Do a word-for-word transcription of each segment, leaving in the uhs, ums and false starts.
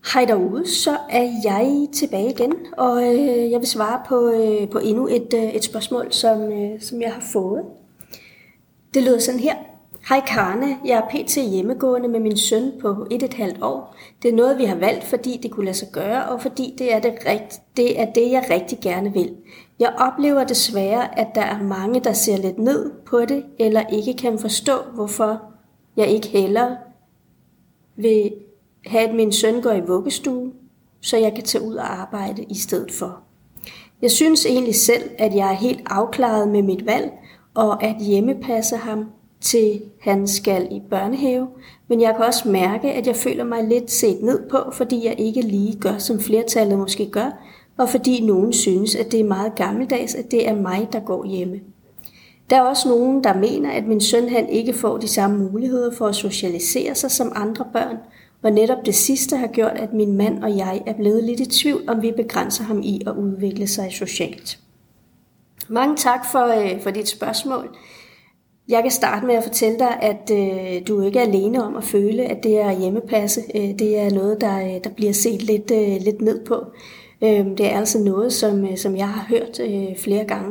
Hej derude, så er jeg tilbage igen, og øh, jeg vil svare på, øh, på endnu et, øh, et spørgsmål, som, øh, som jeg har fået. Det lyder sådan her. Hej Karne, jeg er pt. Hjemmegående med min søn på et et halvt år. Det er noget, vi har valgt, fordi det kunne lade sig gøre, og fordi det er det, rigt- det er det, jeg rigtig gerne vil. Jeg oplever desværre, at der er mange, der ser lidt ned på det, eller ikke kan forstå, hvorfor jeg ikke hellere vil have, at min søn går i vuggestue, så jeg kan tage ud og arbejde i stedet for. Jeg synes egentlig selv, at jeg er helt afklaret med mit valg, og at hjemmepasse ham til han skal i børnehave, men jeg kan også mærke, at jeg føler mig lidt set ned på, fordi jeg ikke lige gør, som flertallet måske gør, og fordi nogen synes, at det er meget gammeldags, at det er mig, der går hjemme. Der er også nogen, der mener, at min søn han ikke får de samme muligheder for at socialisere sig som andre børn, og netop det sidste har gjort, at min mand og jeg er blevet lidt i tvivl, om vi begrænser ham i at udvikle sig socialt. Mange tak for, øh, for dit spørgsmål. Jeg kan starte med at fortælle dig, at øh, du ikke er alene om at føle, at det er hjemmepasse. Øh, det er noget, der, der bliver set lidt, øh, lidt ned på. Øh, det er altså noget, som, øh, som jeg har hørt øh, flere gange.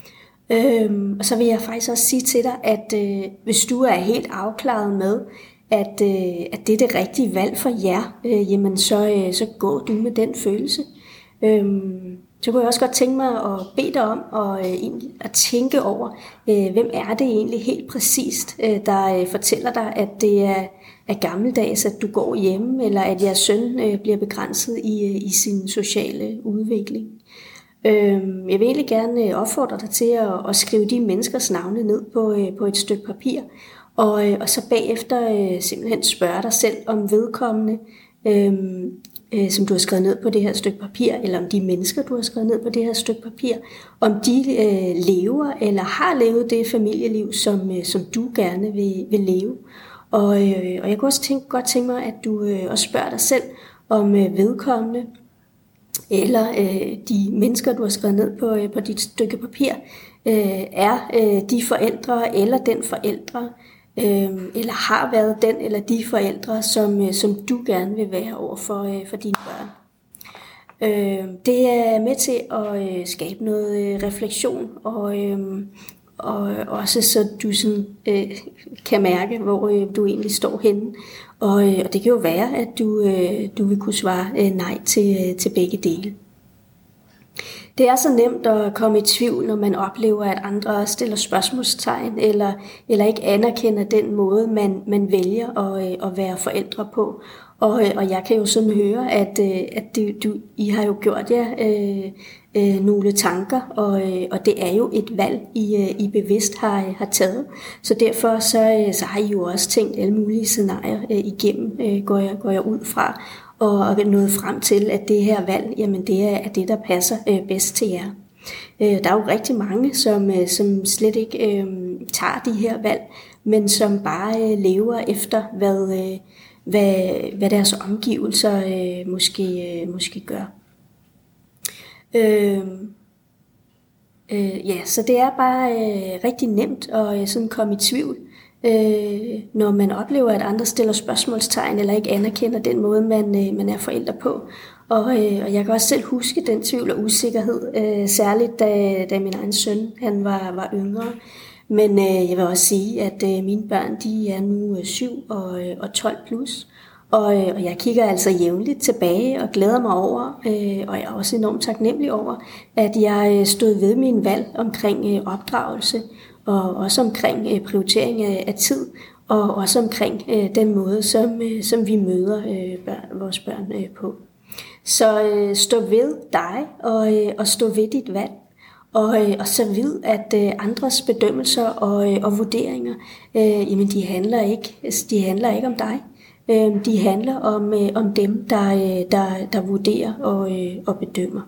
Øh, og så vil jeg faktisk også sige til dig, at øh, hvis du er helt afklaret med, at, øh, at det er det rigtige valg for jer, øh, jamen så, øh, så går du med den følelse. Øh, Så kunne jeg også godt tænke mig at bede dig om at, øh, at tænke over, øh, hvem er det egentlig helt præcist, øh, der øh, fortæller dig, at det er, er gammeldags, at du går hjemme, eller at jeres søn øh, bliver begrænset i, øh, i sin sociale udvikling. Øh, jeg vil egentlig gerne opfordre dig til at, at skrive de menneskers navne ned på, øh, på et stykke papir, og, øh, og så bagefter øh, simpelthen spørge dig selv om vedkommende, øh, øh, som du har skrevet ned på det her stykke papir, eller om de mennesker, du har skrevet ned på det her stykke papir, om de øh, lever eller har levet det familieliv, som, øh, som du gerne vil, vil leve. Og, øh, og jeg kunne også tænke, godt tænke mig, at du øh, også spørger dig selv om øh, vedkommende, eller øh, de mennesker, du har skrevet ned på, øh, på dit stykke papir, øh, er øh, de forældre eller den forældre, øh, eller har været den eller de forældre, som, øh, som du gerne vil være over for, øh, for dine børn. Øh, det er med til at øh, skabe noget øh, refleksion, og, øh, og også så du sådan, øh, kan mærke, hvor øh, du egentlig står henne. Og, øh, og det kan jo være, at du, øh, du vil kunne svare øh, nej til, øh, til begge dele. Det er så nemt at komme i tvivl, når man oplever, at andre stiller spørgsmålstegn, eller, eller ikke anerkender den måde, man, man vælger at, øh, at være forældre på. Og, øh, og jeg kan jo sådan høre, at, øh, at du, du, I har jo gjort jer øh, øh, nogle tanker, og, øh, og det er jo et valg, I, øh, I bevidst har, har taget. Så derfor så, øh, så har I jo også tænkt alle mulige scenarier øh, igennem, øh, går, jeg, går jeg ud fra, og, og nået frem til, at det her valg, jamen det er, er det, der passer øh, bedst til jer. Øh, der er jo rigtig mange, som, øh, som slet ikke øh, tager de her valg, men som bare øh, lever efter, hvad... Øh, Hvad, hvad deres omgivelser øh, måske, øh, måske gør. Øh, øh, ja, så det er bare øh, rigtig nemt at øh, sådan komme i tvivl, øh, når man oplever, at andre stiller spørgsmålstegn eller ikke anerkender den måde, man, øh, man er forældre på. Og, øh, og jeg kan også selv huske den tvivl og usikkerhed, øh, særligt da, da min egen søn han var, var yngre. Men øh, jeg vil også sige, at øh, mine børn de er nu syv og, øh, og tolv plus, og, øh, og jeg kigger altså jævnligt tilbage og glæder mig over, øh, og jeg er også enormt taknemmelig over, at jeg øh, stod ved min valg omkring øh, opdragelse, og også omkring øh, prioritering af, af tid, og også omkring øh, den måde, som, øh, som vi møder øh, børn, vores børn øh, på. Så øh, stå ved dig, og, øh, og stå ved dit valg. Og, øh, og så vid, at øh, andres bedømmelser og, øh, og vurderinger, øh, jamen de handler ikke, de handler ikke om dig. Øh, de handler om, øh, om dem, der, øh, der, der vurderer og, øh, og bedømmer.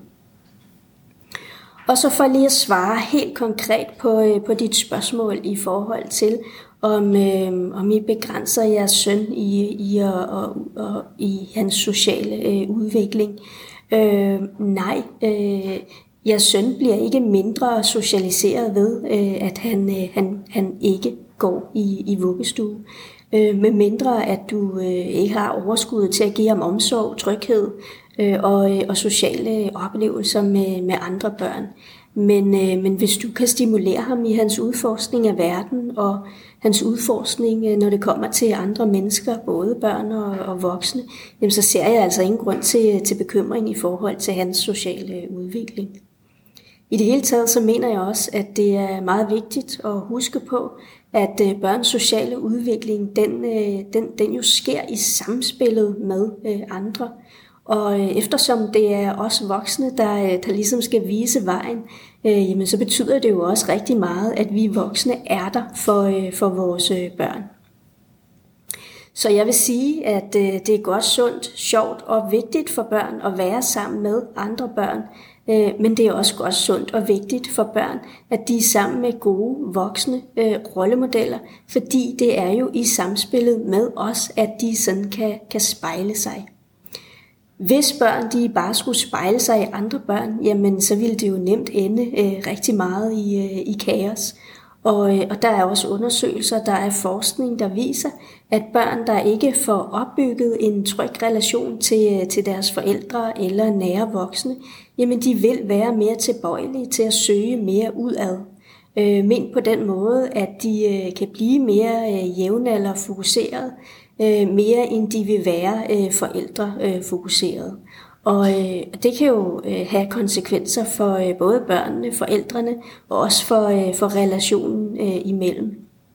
Og så for lige at svare helt konkret på, øh, på dit spørgsmål i forhold til, om, øh, om I begrænser jeres søn i, i, og, og, og, i hans sociale øh, udvikling. Øh, nej, øh, jeres søn bliver ikke mindre socialiseret ved, øh, at han, øh, han, han ikke går i, i vuggestue. øh, med mindre at du øh, ikke har overskud til at give ham omsorg, tryghed øh, og, øh, og sociale oplevelser med, med andre børn. Men, øh, men hvis du kan stimulere ham i hans udforskning af verden og hans udforskning, øh, når det kommer til andre mennesker, både børn og, og voksne, jamen så ser jeg altså ingen grund til, til bekymring i forhold til hans sociale udvikling. I det hele taget så mener jeg også, at det er meget vigtigt at huske på, at øh, børns sociale udvikling, den, øh, den, den jo sker i samspillet med øh, andre. Og eftersom det er os voksne, der, der ligesom skal vise vejen, øh, jamen så betyder det jo også rigtig meget, at vi voksne er der for, øh, for vores øh, børn. Så jeg vil sige, at øh, det er godt, sundt, sjovt og vigtigt for børn at være sammen med andre børn. Øh, men det er også godt, sundt og vigtigt for børn, at de er sammen med gode, voksne øh, rollemodeller, fordi det er jo i samspillet med os, at de sådan kan, kan spejle sig. Hvis børn de bare skulle spejle sig i andre børn, jamen så ville det jo nemt ende øh, rigtig meget i, øh, i kaos. Og, øh, og der er også undersøgelser, der er forskning, der viser, at børn, der ikke får opbygget en tryg relation til, til deres forældre eller nære voksne, jamen de vil være mere tilbøjelige til at søge mere udad. Øh, men på den måde, at de øh, kan blive mere øh, jævne eller fokuseret, øh, mere end de vil være øh, forældre øh, fokuseret. Og øh, det kan jo øh, have konsekvenser for øh, både børnene, forældrene og også for, øh, for relationen øh, imellem.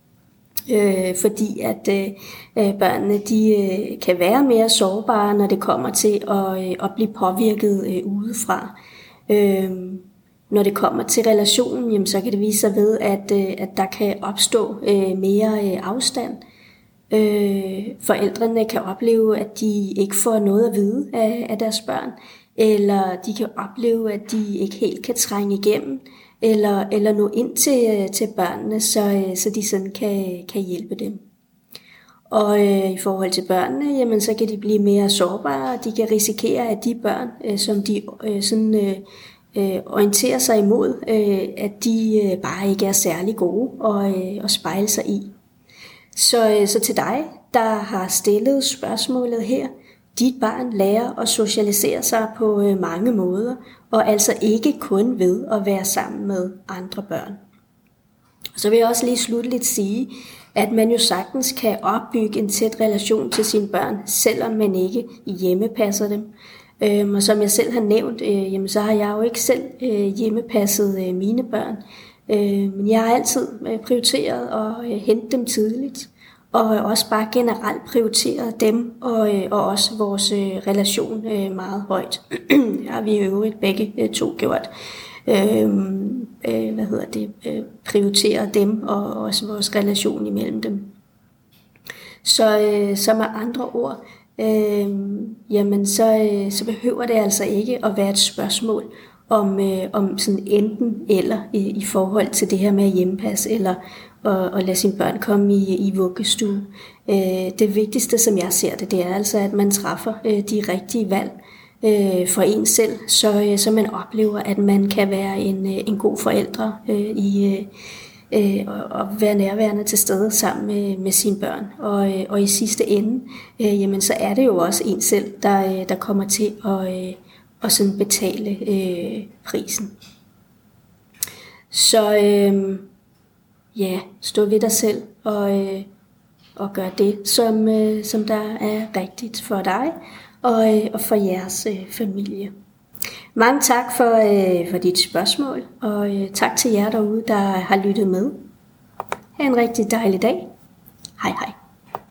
Øh, fordi at øh, børnene de øh, kan være mere sårbare, når det kommer til at, øh, at blive påvirket øh, udefra. Øh, Når det kommer til relationen, jamen, så kan det vise sig ved, at, øh, at der kan opstå øh, mere øh, afstand. Øh, forældrene kan opleve, at de ikke får noget at vide af, af deres børn, eller de kan opleve, at de ikke helt kan trænge igennem, eller, eller nå ind til, til børnene, så, så de sådan kan, kan hjælpe dem. Og øh, i forhold til børnene, jamen, så kan de blive mere sårbare, de kan risikere, at de børn, øh, som de øh, sådan... Øh, orienterer sig imod, at de bare ikke er særlig gode at spejle sig i. Så, så til dig, der har stillet spørgsmålet her, dit barn lærer at socialisere sig på mange måder, og altså ikke kun ved at være sammen med andre børn. Så vil jeg også lige slutligt sige, at man jo sagtens kan opbygge en tæt relation til sine børn, selvom man ikke hjemmepasser dem. Øhm, og som jeg selv har nævnt, øh, jamen, så har jeg jo ikke selv øh, hjemmepasset øh, mine børn. Øh, men jeg har altid øh, prioriteret at øh, hente dem tidligt, og øh, også bare generelt prioriteret dem og, øh, og også vores øh, relation øh, meget højt. Det har vi i øvrigt begge øh, to gjort. Øh, øh, hvad hedder det? Øh, prioriteret dem og også vores relation imellem dem. Så, øh, så med andre ord, Øh, jamen så, øh, så behøver det altså ikke at være et spørgsmål om, øh, om sådan enten eller i, i forhold til det her med hjemmepas eller at, at lade sine børn komme i, i vuggestue. Øh, det vigtigste, som jeg ser det, det er altså, at man træffer øh, de rigtige valg øh, for en selv, så, øh, så man oplever, at man kan være en, øh, en god forældre øh, i øh, Øh, og være nærværende til stede sammen med, med sine børn. Og, øh, og i sidste ende, øh, jamen, så er det jo også en selv, der, øh, der kommer til at, øh, at sådan betale øh, prisen. Så øh, ja, stå ved dig selv og, øh, og gør det, som, øh, som der er rigtigt for dig og, øh, og for jeres øh, familie. Mange tak for, øh, for dit spørgsmål, og øh, tak til jer derude, der har lyttet med. Ha' en rigtig dejlig dag. Hej hej.